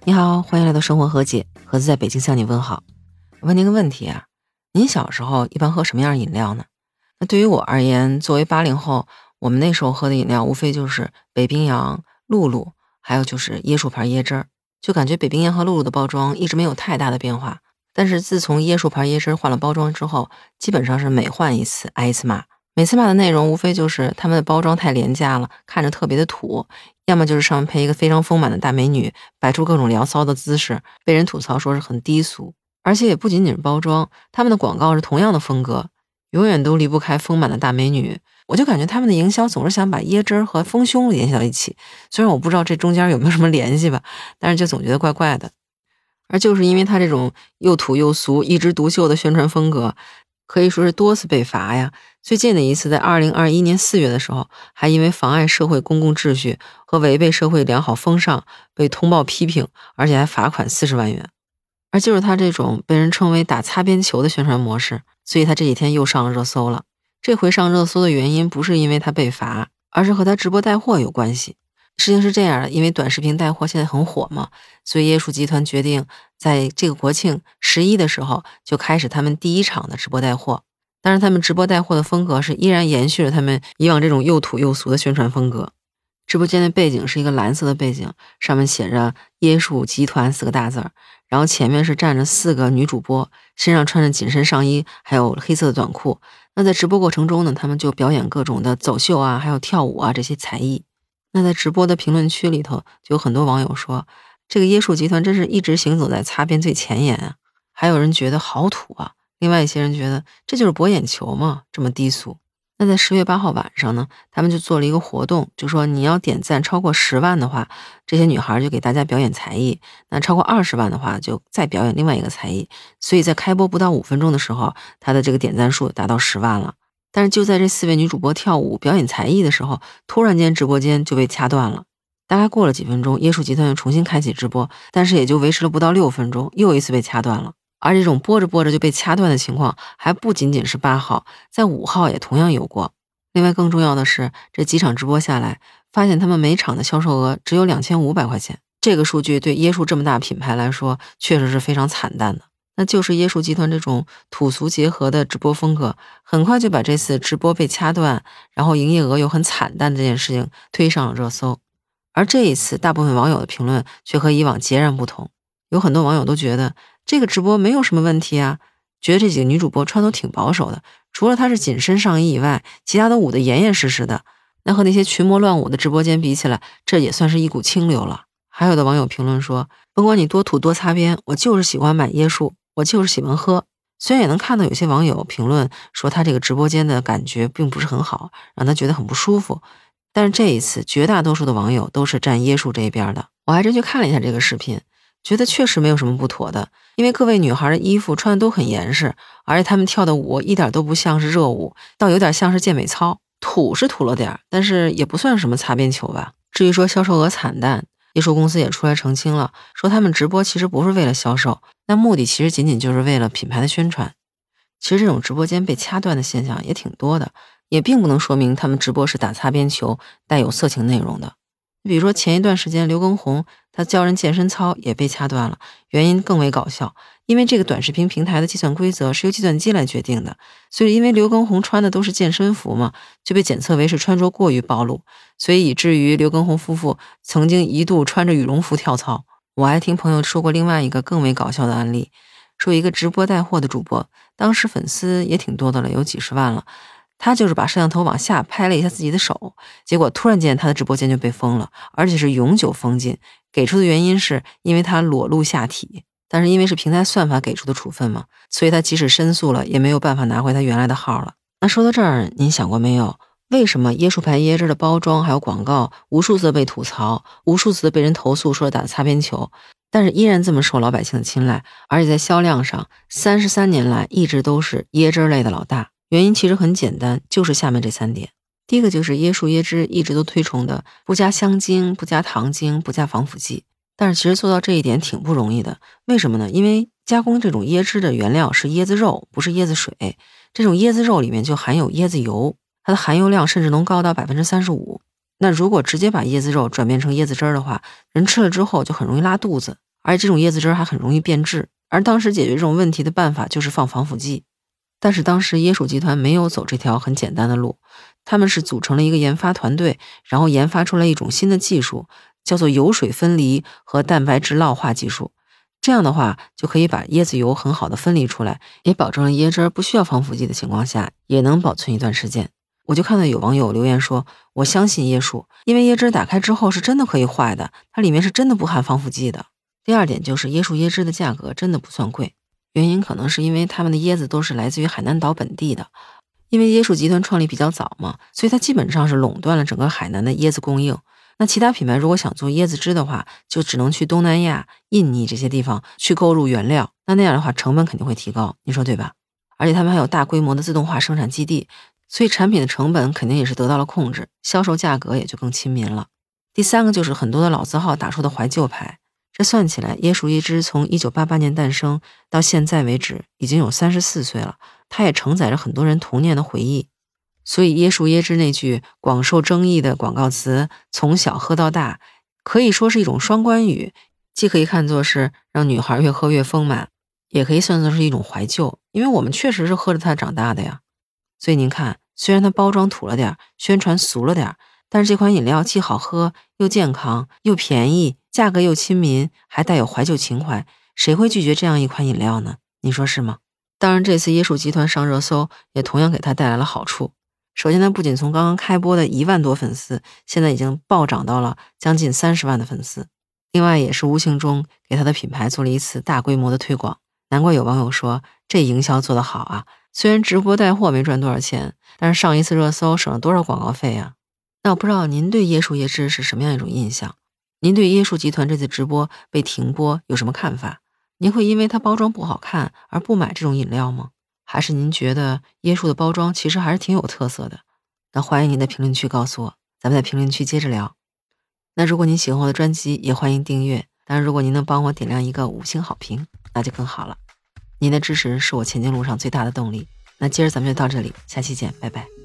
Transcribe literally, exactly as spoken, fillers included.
你好，欢迎来到生活和解，盒子在北京向你问好。问您个问题啊，您小时候一般喝什么样的饮料呢？那对于我而言，作为八零后，我们那时候喝的饮料无非就是北冰洋、露露，还有就是椰树牌椰汁儿。就感觉北冰洋和露露的包装一直没有太大的变化，但是自从椰树牌椰汁换了包装之后，基本上是每换一次挨一次骂。每次骂的内容无非就是他们的包装太廉价了，看着特别的土，要么就是上面配一个非常丰满的大美女，摆出各种聊骚的姿势，被人吐槽说是很低俗。而且也不仅仅是包装，他们的广告是同样的风格，永远都离不开丰满的大美女。我就感觉他们的营销总是想把椰汁和丰胸联系到一起，虽然我不知道这中间有没有什么联系吧，但是就总觉得怪怪的。而就是因为他这种又土又俗一枝独秀的宣传风格，可以说是多次被罚呀。最近的一次在二零二一年四月的时候，还因为妨碍社会公共秩序和违背社会良好风尚被通报批评，而且还罚款四十万元。而就是他这种被人称为打擦边球的宣传模式，所以他这几天又上了热搜了。这回上热搜的原因不是因为他被罚，而是和他直播带货有关系。事情是这样的，因为短视频带货现在很火嘛，所以椰树集团决定在这个国庆十一的时候就开始他们第一场的直播带货。当然他们直播带货的风格是依然延续了他们以往这种又土又俗的宣传风格。直播间的背景是一个蓝色的背景，上面写着椰树集团四个大字儿，然后前面是站着四个女主播，身上穿着紧身上衣还有黑色的短裤。那在直播过程中呢，他们就表演各种的走秀啊还有跳舞啊这些才艺。那在直播的评论区里头就有很多网友说，这个椰树集团真是一直行走在擦边最前沿啊，还有人觉得好土啊，另外一些人觉得这就是博眼球嘛，这么低俗。那在十月八号晚上呢，他们就做了一个活动，就说你要点赞超过十万的话，这些女孩就给大家表演才艺，那超过二十万的话就再表演另外一个才艺。所以在开播不到五分钟的时候，他的这个点赞数达到十万了。但是就在这四位女主播跳舞表演才艺的时候，突然间直播间就被掐断了。大概过了几分钟，椰树集团又重新开启直播，但是也就维持了不到六分钟，又一次被掐断了。而这种播着播着就被掐断的情况还不仅仅是八号，在五号也同样有过。另外更重要的是，这几场直播下来，发现他们每场的销售额只有两千五百块钱。这个数据对椰树这么大品牌来说确实是非常惨淡的。那就是椰树集团这种土俗结合的直播风格，很快就把这次直播被掐断，然后营业额又很惨淡这件事情推上了热搜。而这一次大部分网友的评论却和以往截然不同，有很多网友都觉得这个直播没有什么问题啊，觉得这几个女主播穿都挺保守的，除了她是紧身上衣以外，其他都舞得严严实实的，那和那些群魔乱舞的直播间比起来，这也算是一股清流了。还有的网友评论说，甭管你多土多擦边，我就是喜欢买椰树，我就是喜欢喝。虽然也能看到有些网友评论说他这个直播间的感觉并不是很好，让他觉得很不舒服，但是这一次绝大多数的网友都是站椰树这一边的。我还真去看了一下这个视频，觉得确实没有什么不妥的，因为各位女孩的衣服穿的都很严实，而且她们跳的舞一点都不像是热舞，倒有点像是健美操。土是土了点，但是也不算什么擦边球吧。至于说销售额惨淡，椰树公司也出来澄清了，说他们直播其实不是为了销售，那目的其实仅仅就是为了品牌的宣传。其实这种直播间被掐断的现象也挺多的，也并不能说明他们直播是打擦边球带有色情内容的。比如说前一段时间刘畊宏他教人健身操也被掐断了，原因更为搞笑，因为这个短视频平台的计算规则是由计算机来决定的，所以因为刘畊宏穿的都是健身服嘛，就被检测为是穿着过于暴露，所以以至于刘畊宏夫妇曾经一度穿着羽绒服跳操。我还听朋友说过另外一个更为搞笑的案例，说一个直播带货的主播，当时粉丝也挺多的了，有几十万了，他就是把摄像头往下拍了一下自己的手，结果突然间他的直播间就被封了，而且是永久封禁，给出的原因是因为他裸露下体，但是因为是平台算法给出的处分嘛，所以他即使申诉了也没有办法拿回他原来的号了。那说到这儿，您想过没有，为什么椰树牌椰汁的包装还有广告无数次的被吐槽，无数次的被人投诉说打擦边球，但是依然这么受老百姓的青睐，而且在销量上三十三年来一直都是椰汁类的老大？原因其实很简单，就是下面这三点。第一个就是椰树椰汁一直都推崇的不加香精、不加糖精、不加防腐剂，但是其实做到这一点挺不容易的。为什么呢？因为加工这种椰汁的原料是椰子肉，不是椰子水，这种椰子肉里面就含有椰子油，它的含油量甚至能高到 百分之三十五。那如果直接把椰子肉转变成椰子汁儿的话，人吃了之后就很容易拉肚子。 而且这种椰子汁还很容易变质。而当时解决这种问题的办法就是放防腐剂。但是当时椰树集团没有走这条很简单的路，他们是组成了一个研发团队，然后研发出来一种新的技术，叫做油水分离和蛋白质酪化技术。这样的话就可以把椰子油很好的分离出来，也保证了椰汁不需要防腐剂的情况下也能保存一段时间。我就看到有网友留言说，我相信椰树，因为椰汁打开之后是真的可以坏的，它里面是真的不含防腐剂的。第二点就是椰树椰汁的价格真的不算贵，原因可能是因为他们的椰子都是来自于海南岛本地的，因为椰树集团创立比较早嘛，所以它基本上是垄断了整个海南的椰子供应。那其他品牌如果想做椰子汁的话，就只能去东南亚、印尼这些地方去购入原料，那那样的话成本肯定会提高，你说对吧？而且他们还有大规模的自动化生产基地，所以产品的成本肯定也是得到了控制，销售价格也就更亲民了。第三个就是很多的老字号打出的怀旧牌，这算起来椰树椰汁从一九八八年诞生到现在为止已经有三十四岁了，它也承载着很多人童年的回忆。所以椰树椰汁那句广受争议的广告词从小喝到大，可以说是一种双关语，既可以看作是让女孩越喝越丰满，也可以算作是一种怀旧，因为我们确实是喝着它长大的呀。所以您看，虽然它包装土了点，宣传俗了点，但是这款饮料既好喝又健康又便宜，价格又亲民，还带有怀旧情怀，谁会拒绝这样一款饮料呢？你说是吗？当然这次椰树集团上热搜也同样给它带来了好处。首先它不仅从刚刚开播的一万多粉丝，现在已经暴涨到了将近三十万的粉丝，另外也是无形中给它的品牌做了一次大规模的推广。难怪有网友说这营销做得好啊，虽然直播带货没赚多少钱，但是上一次热搜省了多少广告费啊。那我不知道您对椰树椰汁是什么样一种印象，您对椰树集团这次直播被停播有什么看法？您会因为它包装不好看而不买这种饮料吗？还是您觉得椰树的包装其实还是挺有特色的？那欢迎您在评论区告诉我，咱们在评论区接着聊。那如果您喜欢我的专辑，也欢迎订阅，当然如果您能帮我点亮一个五星好评，那就更好了。您的支持是我前进路上最大的动力。那今儿咱们就到这里，下期见，拜拜。